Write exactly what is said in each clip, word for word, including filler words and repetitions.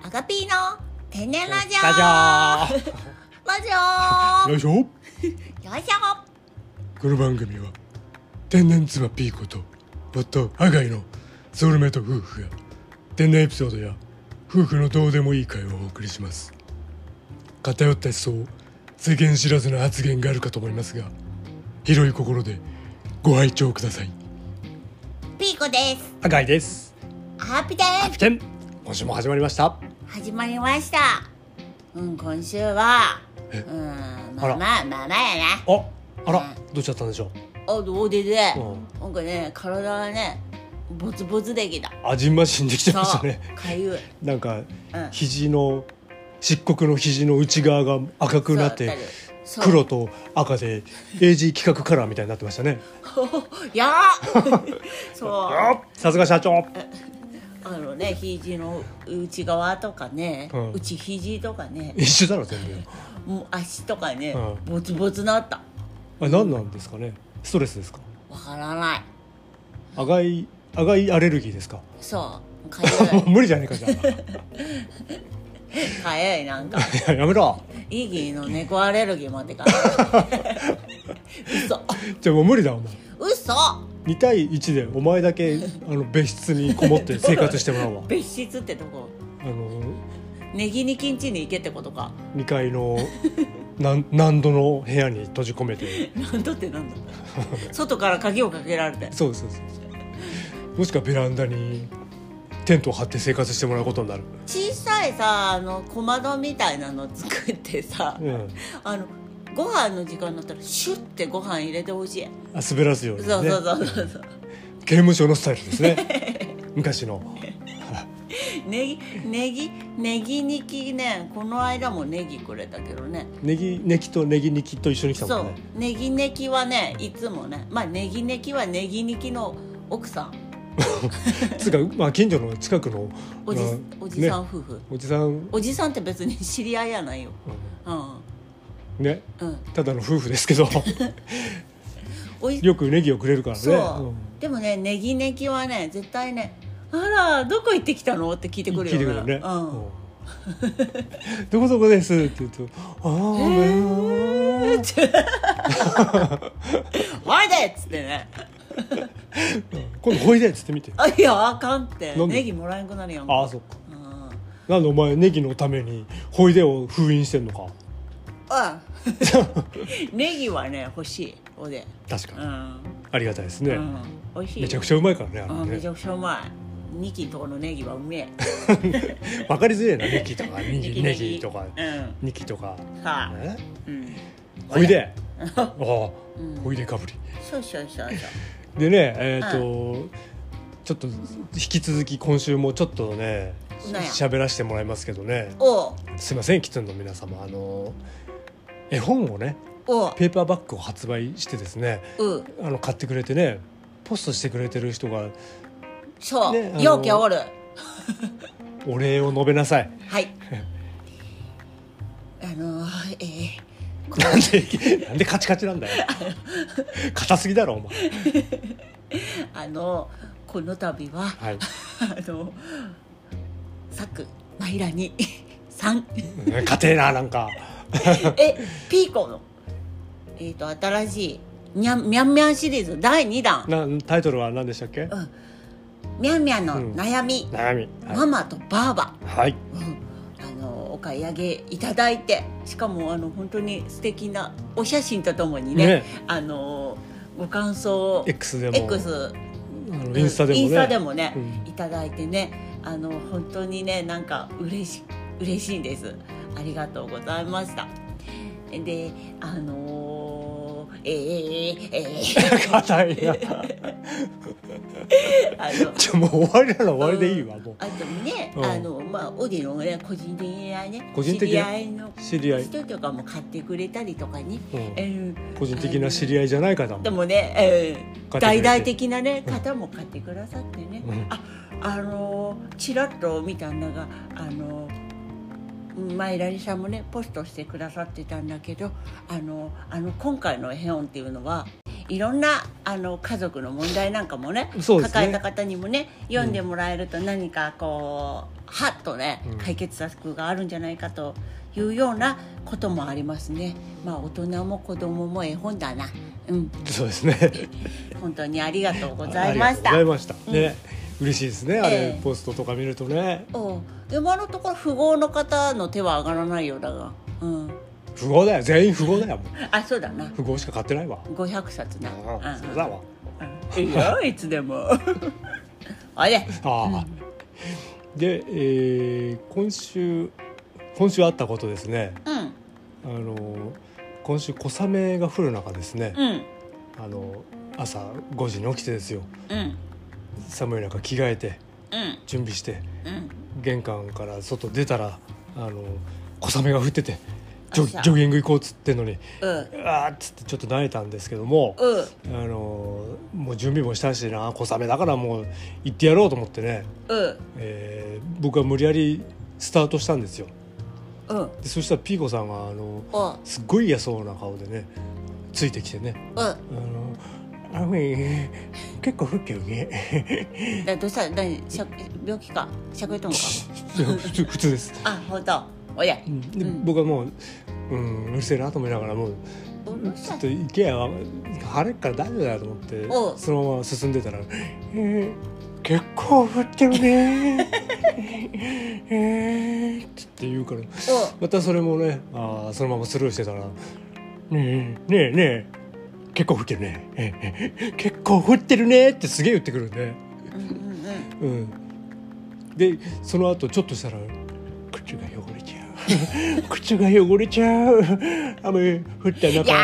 赤ピーの天然ラジオラジオラジオよいしょ。 よいしょ。 この番組は天然妻ピーコと夫アガイのソウルメイト夫婦が天然エピソードや夫婦のどうでもいい会をお送りします。偏った思想、世間知らずな発言があるかと思いますが、広い心でご拝聴ください。 ピーコです。 アガイです。 ハッピーでハッピーテン、今週も始まりました。 始まりました。うん今週はえうんまあらあまあまあまあやね。 あ、あら、 うんどうしちゃったんでしょあどうでで、 うなんかね体がねボツボツできた。 う。あじんましんできてましたね。 かゆい。 なんか、 うん肘の漆黒の肘の内側が赤くなってそう黒と赤で エージー 企画カラーみたいになってましたね。 やそうさすが社長。 あのね肘の内側とかね、 うん内肘とかね一緒だろ全部。 もう足とかね、 うボツボツなった。 あ、何なんですかね。ストレスですか。 わからない。 赤い赤いアレルギーですか。 そうかもゆう無理じゃねえかじゃいかゆいなんかあ。やめろ。 イギーの猫アレルギー持ってか嘘じゃあもう無理だお前。 嘘に対いちでお前だけあの別室にこもって生活してもらうわ。 別室ってとこあのネギにキンチに行けってことか。 にかいのなん何度の部屋に閉じ込めて。 なんだってなんだ外から鍵をかけられて。 そうですそうです。もしくはベランダにテントを張って生活してもらうことになる。 小さいさあの小窓みたいなの作ってさ、 うん、 あのご飯の時間になったらシュッてご飯入れてほしい。 あ滑らすようにね。 そうそうそうそうそう刑務所のスタイルですね。昔の。 ネギネギネギニキねこの間もネギくれたけどね。 ネギネキとネギニキと一緒に来たそうもんね。 ネギネキはねいつもねまあネギネキはネギニキの奥さんつうか、まあ、近所の近くのおじ、 まあおじさんね、 夫婦、 おじさん、 おじさんって別に知り合いやないよ。うんうんね、 うんただの夫婦ですけどおいよくネギをくれるからね。 そう、 うんでもねネギネキはね絶対ねあらどこ行ってきたのって聞いてくるよね。 聞いてくるね。 うんうんどこどこですって言うと、ああ、ごめん。 おいでっつってね今度ほいでっつってみて。 あいやあかんってなんでネギもらえんくなるやんか。 ああ、そっか。 うんなんでお前ネギのためにほいでを封印してんのか。 あネギはね欲しいおでう確かに、 ん、 ありがたいですね。 うん、美味しい。 めちゃくちゃうまいからね、あれねうんめち。ゃくちゃうまい。ニキのとこのネギはうめえ。 わかりづらいな、ネギとかネギネネギギとかうんニキとか。 さあ、 ね、 うん、 ほいで、ああ、 うんほいでかぶり。 そうそうそうそう。 でね、えっ、と、ちょっと引き続き今週もちょっとねなんや喋らせてもらいますけどね。 おうすいません、キツンの皆様、あの絵本をね、 おうペーパーバッグを発売してですね、 うんあの買ってくれてね、ポストしてくれてる人がそう、 ねあの容器おる。 お礼を述べなさい。 はいあのー、えーなんでなんでカチカチなんだよ。硬すぎだろお前。 あのこの度は、 はい。 あのさくまいらにさん家庭ななんか。 えピーコのえっ、と新しいにゃんみゃんみゃんシリーズだいにだん、 なタイトルは何でしたっけ？ うん、みゃんみゃんの悩み、 悩み。 ママとバーバ、 はい。 うん、あのお買い上げいただいて、しかもあの本当に素敵なお写真とともにね、 ねあのご感想を X でも X あのインスタでもね。 インスタでもね、 うんいただいてね、あの本当にねなんか嬉し嬉しいんです。ありがとうございました。であのー、えー、えー、 硬いな。 あのじゃもう終わりなら終わりでいいわ、もう。 あとね、 うんあのまあオディのね個人的なね個人的な知り合いの知り合い、 人とかも買ってくれたりとかね、 うんえー個人的な知り合いじゃない方も。 でもね、えー、 買ってくれて大々的なね方も買ってくださってね、 うんああのちらっと見たんだがあのマイラリさんもねポストしてくださってたんだけど、あのあの今回の絵本っていうのはいろんなあの家族の問題なんかもね、 そうですね抱えた方にもね読んでもらえると何かこう、はっとねうん解決策があるんじゃないかというようなこともありますね。まあ大人も子供も絵本だな。うん、 そうですね。 本当にありがとうございました。 ありがとうございました。ね、嬉しいですね。あれ、 ええポストとか見るとね。 おう今のところ富豪の方の手は上がらないようだが、うん、 富豪だよ。全員富豪だよ。もうあ、そうだな、 富豪しか買ってないわ。 ごひゃくさつな。 ああ、 うんそうだわ。 うん、いいよいつでもあれ、 ああ。で、えー今週今週あったことですね。 うんあの今週小雨が降る中ですね。 うんあの朝ごじに起きてですよ。 うん寒い中着替えてうん準備してうん玄関から外出たらあの小雨が降っててジョ朝ジョギング行こうっつってんのにうんうわーっつってちょっと慣れたんですけども、 うんあのもう準備もしたしな、小雨だからもう行ってやろうと思ってね、 うんえー僕は無理やりスタートしたんですよ。 うんでそしたらピーコさんがあのおすっごい嫌そうな顔でねついてきてね、 うんあの雨結構降ってるねだどうした何しゃ病気かしゃくれとんかいや普通普通ですあ、本当。おやうんで、 うん僕はもう、うん、うるせえなと思いながらもううるさいちょっと行けや晴れっから大丈夫だよと思っておうそのまま進んでたら「えー、結構降ってるねえー」って言うからまたそれもねあそのままスルーしてたら「ねえねえねえ結構降ってるねええ結構降ってるね」ってすげえ言ってくるんで、 うんうんうんうん、でその後ちょっとしたら口が汚れちゃう口が汚れちゃう雨降った中いやー初めて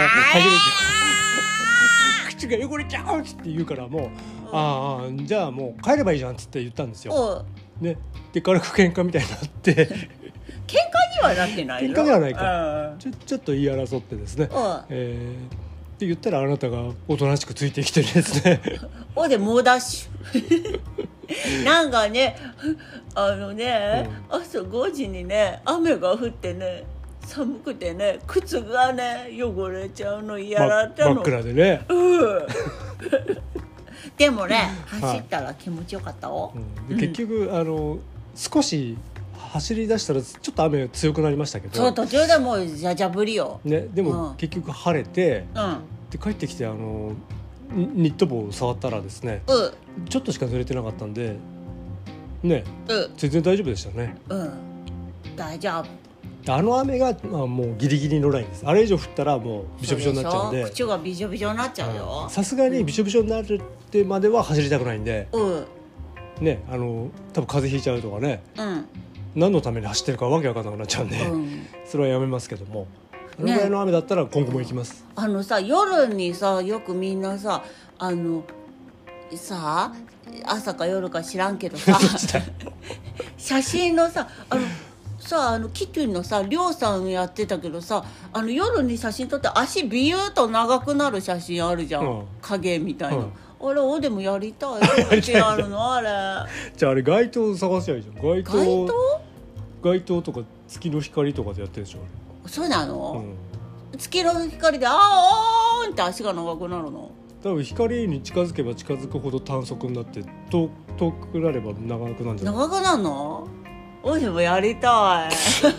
口が汚れちゃうって言うからもうああじゃあもう帰ればいいじゃんっつって言ったんですよ、 おうね、で軽く喧嘩みたいになって喧嘩にはなってないよ喧嘩ではないかかちょ, ちょっと言い争ってですね、 おうえー、って言ったらあなたがおとなしくついてきてですねおで猛ダッシュなんかねあのね、うん、朝ごじにね雨が降ってね寒くてね靴がね汚れちゃうの嫌だったの、 ま、真っ暗でね、 うんでもね走ったら気持ちよかったお、 うん、で結局、うん、あの少し走り出したらちょっと雨強くなりましたけどそう途中でもうじゃじゃぶりよ、 ね、でも、うん、結局晴れて、 うん、 で帰ってきてあのニット帽を触ったらですね、 うん、 ちょっとしか濡れてなかったんでね、 うん、 全然大丈夫でしたね。 うん大丈夫。 あの雨が、まあ、もうギリギリのラインです。あれ以上降ったらもうびしょびしょになっちゃうんで口がびしょびしょになっちゃうよ。 さすがにびしょびしょになるってまでは走りたくないんで、 うんね、あの多分風邪ひいちゃうとかね、 うん、 何のために走ってるかわけわかんなくなっちゃうんで、うん、それはやめますけどもあのぐらいの雨だったら今後も行きます、ね、 あのさ夜にさよくみんなさあのさ朝か夜か知らんけどさ写真のさあのさあのキティのさりょうさんやってたけどさあの夜に写真撮って足ビューっと長くなる写真あるじゃん、うん、影みたいな、うん、あれおでもやりたいやるのあれじゃああれ街灯探せばいいじゃん街灯街灯街灯とか月の光とかでやってるでしょあれそうなの、 うん、 月の光であーんって足が長くなるの多分光に近づけば近づくほど短足になって遠くなれば長くなるんじゃない長くなるのおいでもやりたい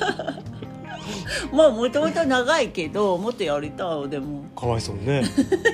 まあもともと長いけどもっとやりたいでもかわいそうね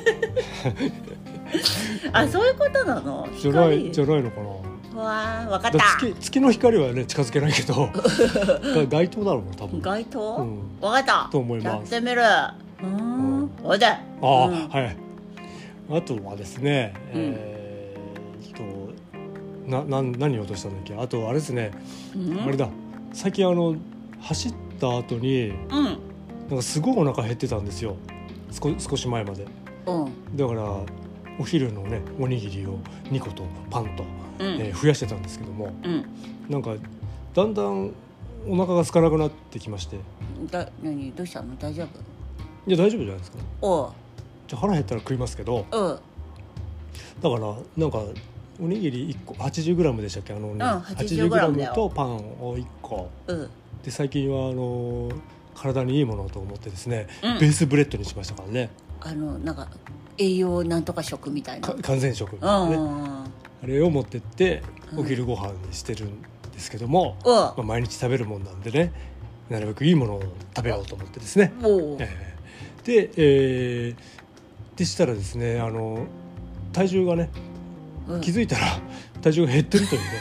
あそういうことなのじゃないじゃないのかなわあ分かった月, 月の光はね近づけないけど街灯だろうな多分街灯、うん、分かったと思いますやってみるうんおいでああ、うん、はいあとはですね、うん、えー、っとなな何を落としたんだっけあとあれですね、うん、あれだ最近あの走った後に、うん、なんかすごいお腹減ってたんですよ少, 少し前まで、うん、だからお昼のねおにぎりをにことパンと、うんえー、増やしてたんですけども、うん、なんかだんだんお腹が空かなくなってきましてだ何どうしたの大丈夫いや大丈夫じゃないですかおうじゃ腹減ったら食いますけど、うん、だからなんかおにぎりいっこ はちじゅうグラム でしたっけあの、ねうん、 はちじゅうグラムとパンをいっこ、うん、で最近はあの体にいいものと思ってですね、うん、ベースブレッドにしましたからねあのなんか栄養なんとか食みたいな完全食、ね、 うんうんうん、 あれを持ってってお昼ご飯にしてるんですけども、 うんまあ、毎日食べるもんなんでねなるべくいいものを食べようと思ってですね、 おえー、で、えー、でしたらですねあの体重がね、うん、気づいたら体重が減ってるというね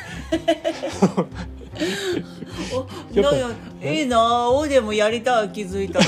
やっぱいいなおでもやりたい気づいたら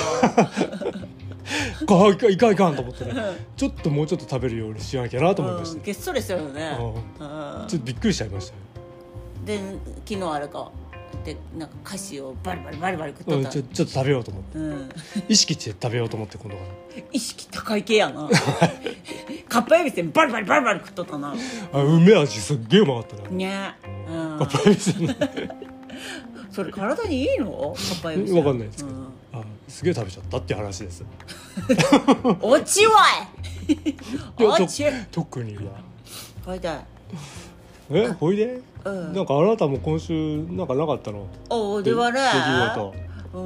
いかんいかんいかんと思ってねちょっともうちょっと食べるようにしなきゃなと思いました、ね、 うん、げっそりしたよね、 うん、ちょっとびっくりしちゃいましたね。 で昨日あれかでなんか菓子をバリバリバリバリ食っとった、 うん、ちょ, ちょっと食べようと思って、うん、意識して食べようと思って今度から意識高い系やなかっぱえびせんバリバリバリバリ食っとったなあ梅味すっげえうまかったねね、うん、かっぱえびせんそれ体にいいのかっぱえびせんわかんないですけど、うん、あすげえ食べちゃったっていう話ですおちわいおち特にはほいでえほいで、うん、なんかあなたも今週なんかなかったのおではねうん、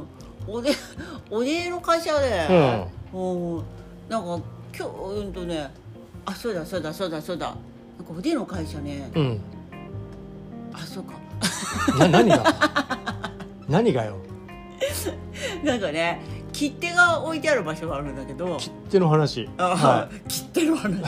おでおでの会社で、うん、なんか今日うんとねあそうだそうだそうだそうだなんかおでの会社ね、うん、あそうかな何が何がよなんかね切手が置いてある場所があるんだけど切手の話あ、はい、切手の話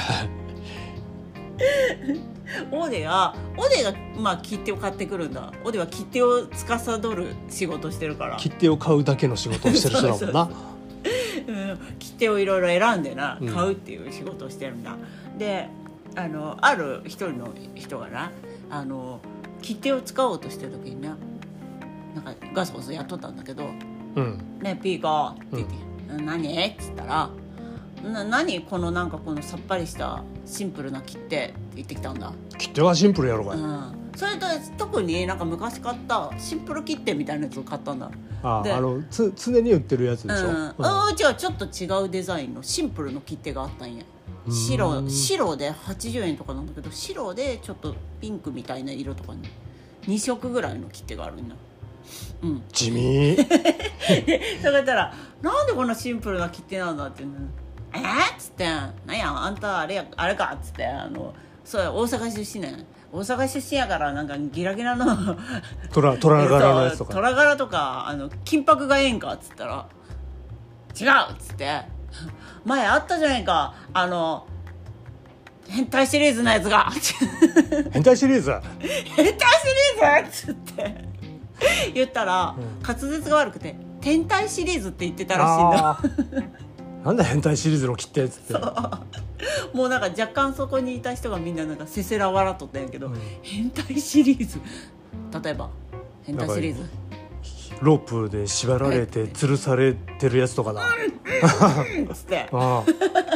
オデがオデがまあ切手を買ってくるんだ。オデは切手を司る仕事してるから切手を買うだけの仕事をしてる人だもんなうん、切手をいろいろ選んでな買うっていう仕事をしてるんだ、うん、であのある一人の人がなあの切手を使おうとしてる時にななんかガソガソやっとったんだけど、うん、ねピーコって言って、うん、何って言ったらな何このなんかこのさっぱりしたシンプルな切手って言ってきたんだ。 切手はシンプルやろかい、 うん、それと特になんか昔買ったシンプル切手みたいなやつを買ったんだ。 ああのつ常に売ってるやつでしょ、うんうん、 あ違うちょっと違うデザインのシンプルの切手があったんや。白白ではちじゅうえんとかなんだけど白でちょっとピンクみたいな色とかにに色ぐらいの切手があるんだ。うん、 地味でそれからなんでこんなシンプルな切手なんだってえー、っつって「なんやあんたあれやあれか」っつってあのそう大阪出身ね大阪出身やからなんかギラギラのトラトラ柄のやつとかトラ柄とかあの金箔がええんかっつったら「違う」っつって「前あったじゃないかあの変態シリーズのやつが」 変態シリーズ変態シリーズっつって言ったら、うん、滑舌が悪くて天体シリーズって言ってたらしいんだなんだ変態シリーズの切手っつってもうなんか若干そこにいた人がみんななんかせせら笑っとったんやけど、うん、変態シリーズ例えば変態シリーズロープで縛られて吊るされてるやつとかなつってあ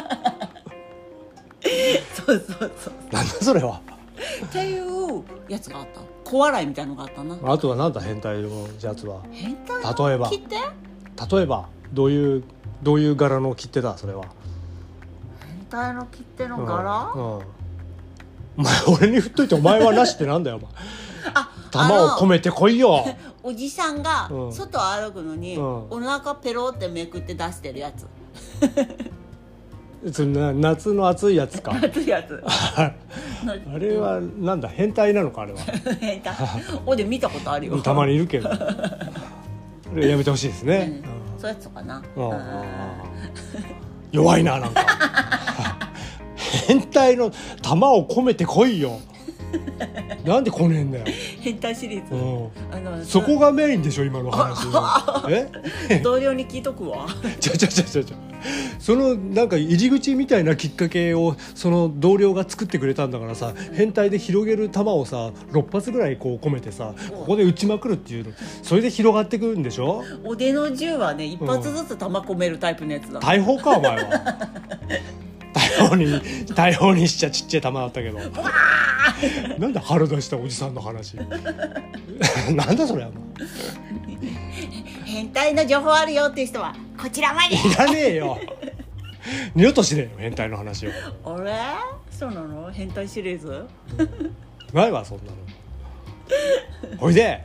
そうそうそうなんだそれはっていうやつがあった小笑いみたいなのがあったな。 あとはなんだ変態のやつは変態の切手例えばどういうどういう柄の切手だそれは。 変態の切手の柄、うんうん、 お前俺に振っといてお前はなしってなんだよお前あ玉を込めてこいよおじさんが外を歩くのに、うん、お腹ペロってめくって出してるやつそな夏の暑いやつか暑いやつあれはなんだ変態なのかあれは変態おで見たことあるよたまにいるけどやめてほしいですね、 うん、そういうやつかな、 うん、弱いななんか変態の玉を込めてこいよなんで来ねえんだよ変態シリーズ、うん、 あのそこがメインでしょ今の話え同僚に聞いとくわちょちょちょちょちょそのなんか入り口みたいなきっかけをその同僚が作ってくれたんだからさ、うん、変態で広げる球をさろっ発ぐらいこう込めてさここで打ちまくるっていうのそれで広がってくるんでしょ。 おでの銃はね一発ずつ球込めるタイプのやつだ、 大砲かお前は大砲に大砲にしちゃちっちゃい球だったけどなんで腹出したおじさんの話なんだそれは変態の情報あるよっていう人はこちらまでいらねえよ二度としねえよ変態の話を。 あれそうなの変態シリーズ、 うん、ないわそんなのほいで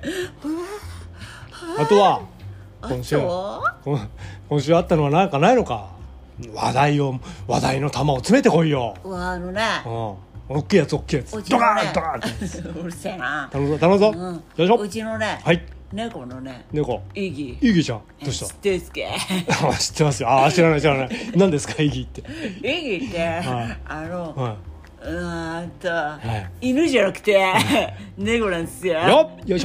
あとは今週今週あったのはなんかないのか話題を話題の玉を詰めてこいよ。 うわあのねうん、大きいやつ大きいやつ、 うちのねドカーンドカーンってうるせえな。 頼むぞ頼むぞ、 うん、 よいしょ。 うちのね、 はい、 猫のね猫イギイギちゃんどうし知ってるっすけた？あ、知ってますよ。あ、知らない知らない。何ですかイギって。 イギって、 はいあの、 はうーんと、 い、 犬じゃなくて猫なんですよ。 よっよいしょ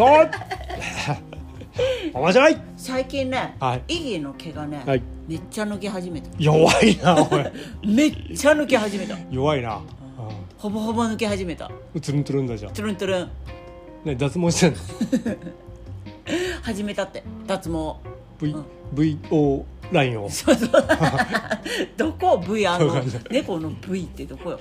面白い。 最近ね、 はい、 イギの毛がね、 はい、 めっちゃ抜け始めた。 弱いなおいめっちゃ抜け始めた。 弱いな、うん、 ほぼほぼ抜け始めた。 トゥルントゥルンだじゃん。 トゥルントゥルンね、脱毛してんの始めたって脱毛 V、 うん、 ブイオー ラインをそうそうどこ V あの猫の V ってどこよ。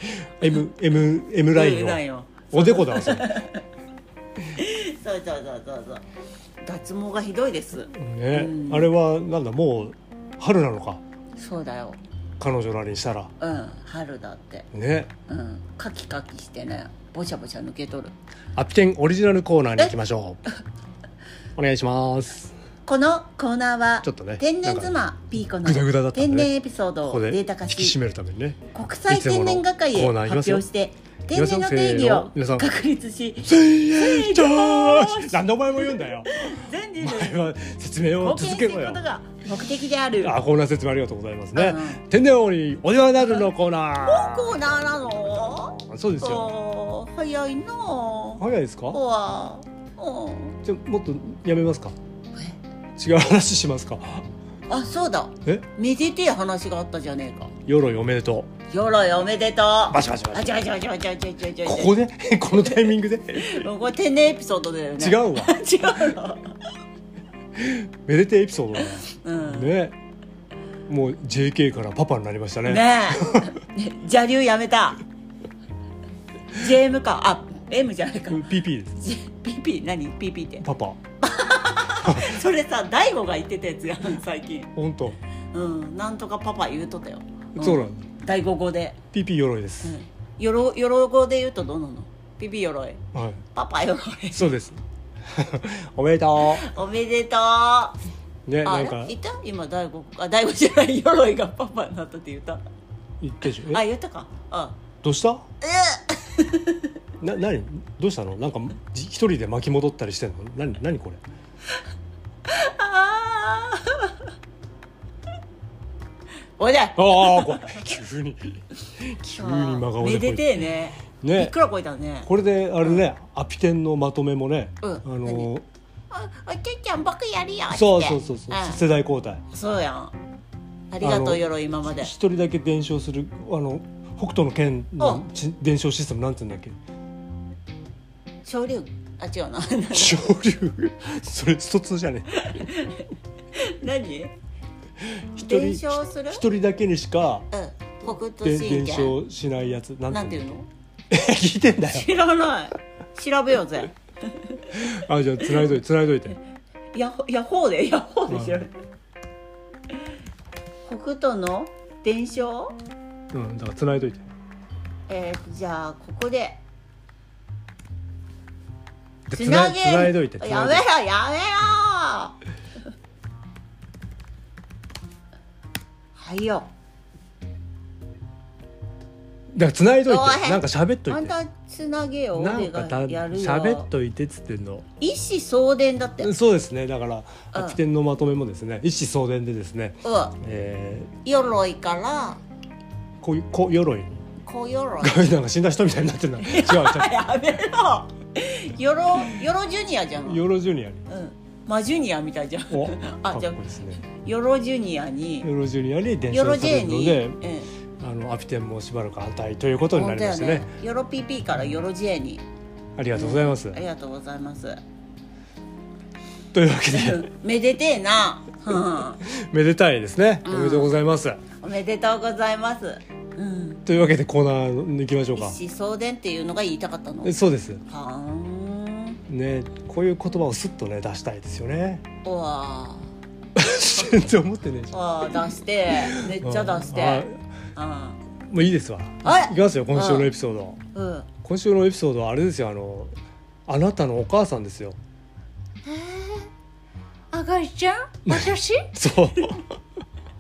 M、M、M ラインをラインをおでこだわそれそうそうそうそうそう脱毛がひどいです、 ね、 うん、 あれはなんだもう春なのか。 そうだよ、 彼女らにしたらうん春だってね。 うんカキカキしてねボシャボシャ抜けとる。 アピテンオリジナルコーナーに行きましょうお願いします。 このコーナーはちょっとね天然妻ピーコのグダグダだったんでね天然エピソードをデータ化引きし締めるためにね国際天然学会へ発表して天然の定義を皆さん確立しせーのなんでお前も言うんだよ。 全人お前類は説明を貢献す続けろよ。 ることが目的である。 あ、コーナー説明ありがとうございますね、 うん、 天然王にお世話になるのコーナー。 コーナーなの？ そうですよ。 早いな。 早いですか？ わあ、 じゃもっとやめますか？違う話しますか？ あ、そうだ。 え？ めでてえ話があったじゃねえか。 鎧おめでとう。鎧おめでとう。 バシバシバシ。 あ、ちょちょちょちょちょちょちょ。 ここでこのタイミングでこれ天然エピソードだよね。 違うわ。 違うの。 めでてえエピソードだな、 うん、 ね。もう ジェーケー からパパになりましたね。 ねえ邪流やめた。 ジェーエム か。あ、 M じゃないか。 ピーピー です。 ピーピー 何 ピーピー ってパパそれさ大悟が言ってたやつやん最近。 本当。 うんなんとかパパ言うとったよ、 うん、そうなんだ。 大悟語でピーピー 鎧です、 うん、よろよろ語で言うとどうなの？ピーピー鎧、 はい、 パパ鎧。 そうですおめでとうおめでとうね。 あなんか言った今大悟あ大悟じゃない鎧がパパになったって言った？ 言ったでしょ。 あ言ったか。あどうしたえな、何どうしたの？なんか一人で巻き戻ったりしてんの？何何これあおいで。ああこれ急に急に真顔でめでてえね。 ね、 びっくらこいたね。 これであれね、うん、アピテンのまとめもね、 うん、 あのあおちょちゃん僕やるよって。 そうそうそうそう、 うん、 世代交代。 そうやん。ありがとう鎧今まで。 一人だけ伝承するあの北斗の拳の伝承システムなんて言うんだっけ？ 昇竜あ違うな昇竜それストツーじゃねえ何？ 一人伝承する？ 一人だけにしか、 うん、北斗神拳伝承しないやつなんてなんていうの？ 聞いてんだよ。 知らない。調べようぜ。 あじゃあ繋いどいて繋いどいて。 ややほうでやほうで調べて。北斗の伝承？ うんだから繋いどいて。 えー、じゃあここでつなげ繋いどいて。 やめろやめろはいよ。 だから繋いどいて。なんか喋っといて。 あんたつなげよ。 なんかた喋っといてっつってんの。 一子相伝だって。 そうですね。だからアピテンのまとめもですね、一子相伝でですね、 うんえー、鎧からこうこ鎧にこ鎧なんか死んだ人みたいになってるな。違う違う。 やめろ。よろよろジュニアじゃん。 よろジュニアに。 うん。マジュニアみたいじゃん。 おあじゃあですね。 よろジュニアによろジュニアに伝承されるので、 うん、 あのアピテンもしばらく反対ということになりましたね。 よろ ピーピー からよろ J に。 ありがとうございます。 ありがとうございます。 というわけでめでてえな。 めでたいですね。おめでとうございます。 おめでとうございます。うん、 というわけでコーナーに行きましょうか。 一子相伝っていうのが言いたかったの？ そうです。 はーん。ね、こういう言葉をスッとね出したいですよね。 うわ全然思ってねえじゃん。 あ出してめっちゃ出して。 あもういいですわ。いきますよ今週のエピソード。うん、今週のエピソードはあれですよ、あのあなたのお母さんですよ。 えー、あがりちゃん私？ そう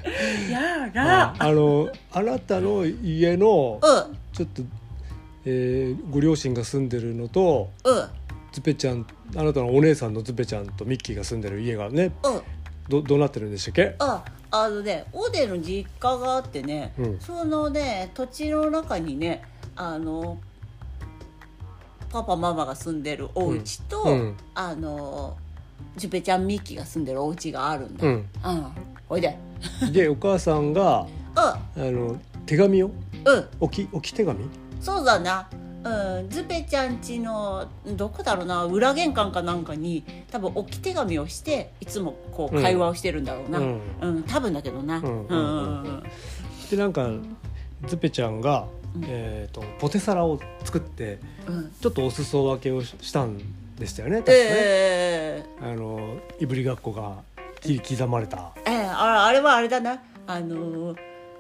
やだ。 ああのあなたの家のうんちょっと、えー、ご両親が住んでるのと、 うんズペちゃん、あなたのお姉さんのズペちゃんとミッキーが住んでる家がね、 うん。 どどうなってるんでしたっけ？ あ、あのね、オデの実家があってね、 うん、 そのね土地の中にね、あのパパママが住んでるお家と、 うんうん、 あのジュペちゃんミッキーが住んでるお家があるんだ。 うん、 うん。おいで。 でお母さんがうあの手紙をんうん。 置き置き手紙？ そうだな。うん、ズペちゃん家のどこだろうな、裏玄関かなんかに多分置き手紙をしていつもこう会話をしてるんだろうな。 うんうん、多分だけどな。 ううんんうんうん。 でなんかズペちゃんが、 うんえー、とポテサラを作ってうんちょっとお裾分けをしたんでしたよね。確かね、 えあのいぶりがっこが切り刻まれた。 ー、えー、ああれはあれだな、あのー、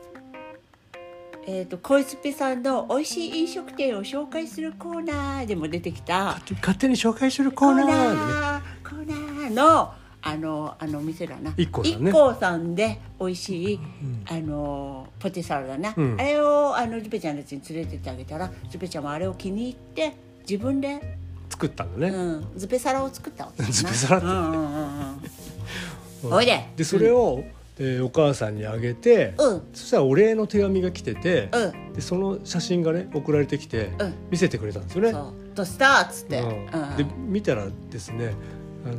えっ、ー、と小泉さんの美味しい飲食店を紹介するコーナーでも出てきた勝手勝手に紹介するコーナーでね。 コーナーのあのあのお店だな、 一光さんね。 一光さんで美味しい、 うんあのポテサラだな、 うんあれをあのジュペちゃんたちに連れてってあげたら、ジュペちゃんもあれを気に入って自分で、 作ったんだね。 うん、ズペサラを作ったわけだな。 ズペサラってうんうんうんうん、おいで。 でそれを、えーお母さんにあげて、 うんそしたらお礼の手紙が来てて、 うんでその写真がね送られてきて、 うん見せてくれたんですよね。 そうどうしたっつって、 うんうんで見たらですね、あの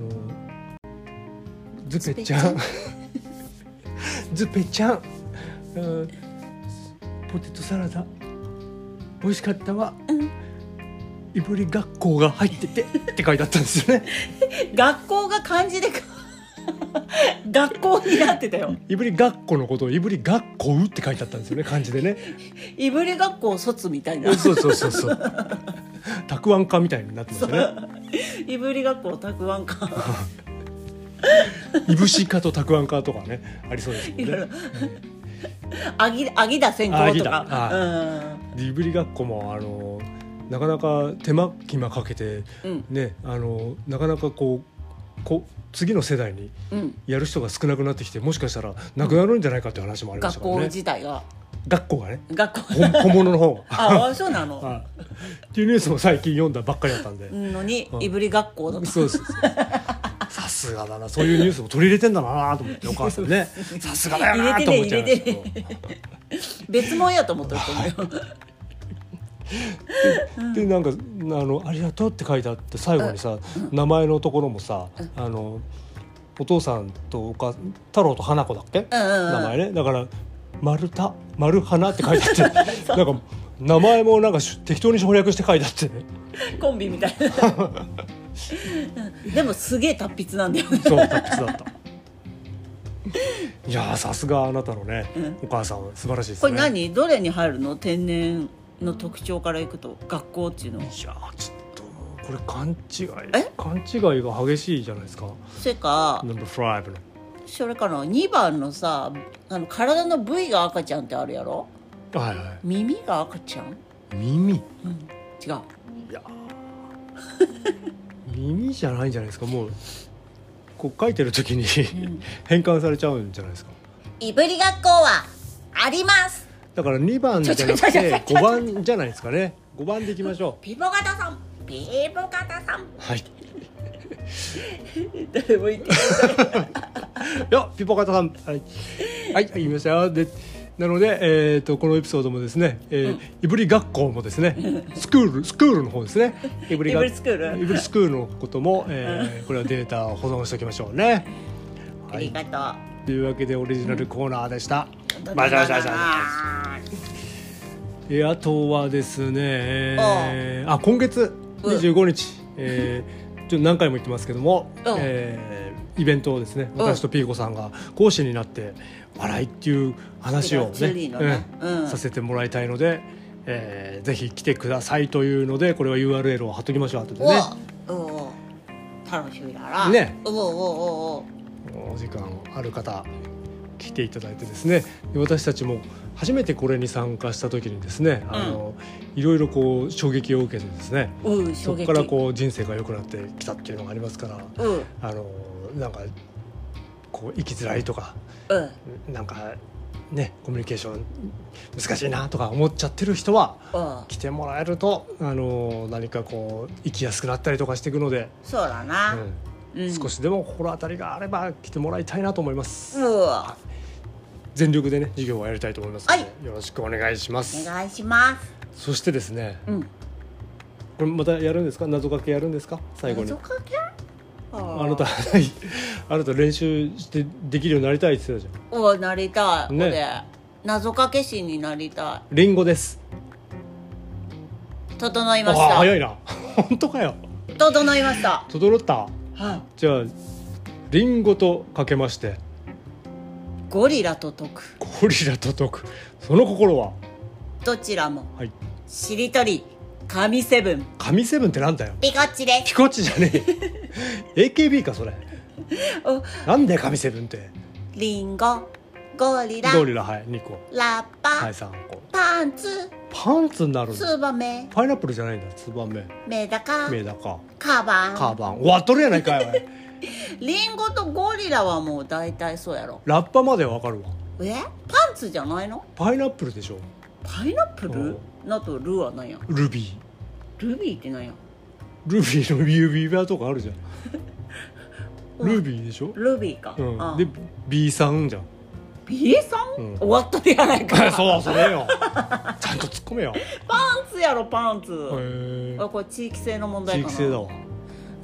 ズペちゃんズペちゃん、うん、ポテトサラダ美味しかったわ、 うん、 いぶりがっこうが入っててって書いてあったんですよね。 学校が漢字で学校になってたよ。 いぶりがっこのことをいぶりがっこうって書いてあったんですよね、漢字でね。 いぶり学校卒みたいな。 そうそうそうそうたくあんかみたいになってましたね。 いぶり学校たくあんかいぶしかとたくあんかとかねありそうですもんね。 あぎあぎだ先行とか。 あでいぶりがっこもあのなかなか手間暇かけて、 うんね、あのなかなかこうこ次の世代にうん、 やる人が少なくなってきて、もしかしたらなくなるんじゃないかっていう話もありました学校からね。 自体が学校がね学校本本物の方がああそうなのはいっていうニュースも最近読んだばっかりだったんで、 のにうんいぶり学校だと。 そうですそうですさすがだな、そういうニュースも取り入れてんだなと思ってお母さんねさすがだよなと思っちゃいましたけど、 別物やと思ってると思うよ。 でなんかあのありがとうって書いてあって最後にさ、名前のところもさ、あのお父さんとお母太郎と花子だっけ、 うんうんうん名前ね、だから丸太丸花って書いてあってなんか名前もなんか適当に省略して書いてあってねコンビみたいな。うんでもすげえ達筆なんだよね。 そう達筆だったいやーさすがあなたのね、 うんお母さんは素晴らしいですね。 これ何どれに入るの？天然の特徴からいくと学校っていうの。 いやーちょっとこれ勘違いえ勘違いが激しいじゃないですか。 それかナンバーごのそれからにばんのさ、あの体の部位が赤ちゃんってあるやろ。 はいは耳が赤ちゃん、 い耳、 うん、違う。 いや耳じゃないんじゃないですか。もうこう書いてる時に、 ん変換されちゃうんじゃないですか。 いぶりがっこはあります。 だからにばんじゃなくちょちょちょちょてごばんじゃないですかね。ごばんでいきましょピポガタさんピポガタさんう。はい誰も言ってないよピポカタさんはいはい言いましたよ。でなので、えー、とこのエピソードもですね、えーうんいぶり学校もですねスクールスクールの方ですねいぶりがいぶりスクールいぶりスクールのことも、えーこれはデータを保存しておきましょうね。 あはい、 りがとというわけでオリジナルコーナーでした。 う。 バシャバシャバシャえあとはですね、えーあ今月にじゅうごにち、えーちょっと何回も言ってますけども、 うんえーイベントをですねうん私とピーコさんが講師になって笑いっていう話をツねリーのねうんさせてもらいたいので、えーぜひ来てくださいというのでこれは ユーアールエル を貼っときましょう後でね。 おお楽しみだな。 ねおおおおお時間ある方来ていただいてですね、で私たちも初めてこれに参加した時にですね、あのいろいろこう衝撃を受けてですね、 おうんそこからこう人生が良くなってきたっていうのがありますから、 うんあのなんかこう生きづらいとか、 うん、 なんかねコミュニケーション難しいなとか思っちゃってる人は、 うん、 来てもらえるとあの何かこう生きやすくなったりとかしていくので、 そうだな、 うんうん、少しでも心当たりがあれば来てもらいたいなと思います。 うわ、 全力でね授業をやりたいと思いますので、 はい、 よろしくお願いします。 お願いします。 そしてですね、 うん、 これまたやるんですか、謎かけやるんですか、最後に。 謎かけ？ あなたあなた練習してできるようになりたいって言ってたじゃん。 お、なりたい、 ね、 これ謎かけ師になりたい。リンゴです。 整いました。 あ、早いな。本当かよ。 整いました。 整った。 はい。 じゃあリンゴとかけましてゴリラと解く。 ゴリラと解く。その心はどちらも、 はい、 しりとり神セブン。 神セブンってなんだよ。 ピコッチです。 ピコッチじゃねえエーケービー かそれなんで神セブンって。 リンゴ、ゴリラ、 ゴリラ、はい、にこ、 ラッパ、 はい、さんこ、 パンツ、 パンツになるんだ。 ツバメ、 パイナップルじゃないんだ。ツバメ、 メダカ、 メダカ、 カバン。 カバン。終わっとるやないかいおいリンゴとゴリラはもう大体そうやろ。 ラッパまでわかるわ。 え、パンツじゃないの？ パイナップルでしょ。 パイナップルなとルは何や。 ルビールビーって何や。 ルビーの指輪とかあるじゃんルビーでしょ。 ルビーか、 うん、 ああで ビー さんじゃん。 ビー さん、うん、終わったでやないかそうそれよちゃんと突っ込めよ。 パンツやろ、パンツ。 へこれ地域性の問題かな。 地域性だわ。 うん、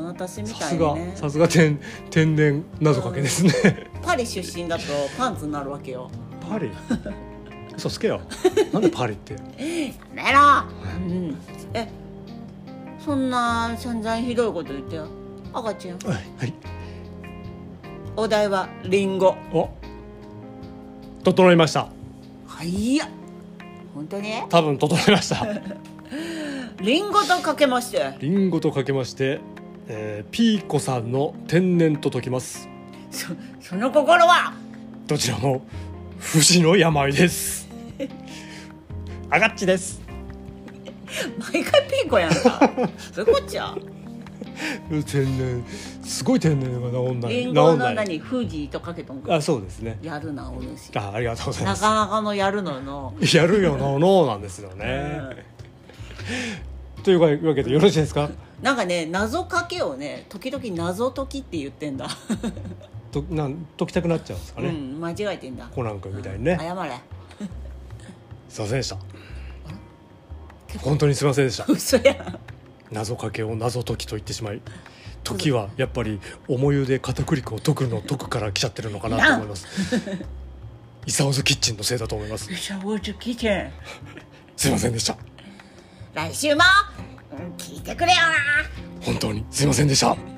私みさたいにね。 すがさすが天天然謎かけですね、 うん、パリ出身だとパンツになるわけよ。 パリ嘘つけよなんでパリってやめろ、うん、え、そんな散々ひどいこと言ってよ赤ちゃん。 はい、はい、 お題はリンゴ。 お、整いました。 はいや、本当に多分整いましたリンゴとかけましてリンゴとかけまして、えー、ピーコさんの天然と解きます。 そ, その心はどちらも不治の病ですあがっちです。 毎回ピーコやんかそういうこっちゃ。 天然、すごい天然が治んない。 リンゴの何、フージーとかけとんか。 あ、そうですね。 やるなお主。 あ、ありがとうございます。 なかなかのやるののやるよののなんですよね、うん、というわけでよろしいですか。 なんかね、謎かけをね時々謎解きって言ってんだとなん解きたくなっちゃうんですかね、 うん、間違えてんだ。 コナン君みたいにね、 うん、謝れすいませんでした。本当にすいませんでした嘘やん。 謎かけを謎解きと言ってしまい、時はやっぱり重湯で片栗粉を溶くの解くから来ちゃってるのかなと思いますイサオズキッチンのせいだと思います。 イサオズキッチンすいませんでした。 来週も聞いてくれよな。 本当にすいませんでした。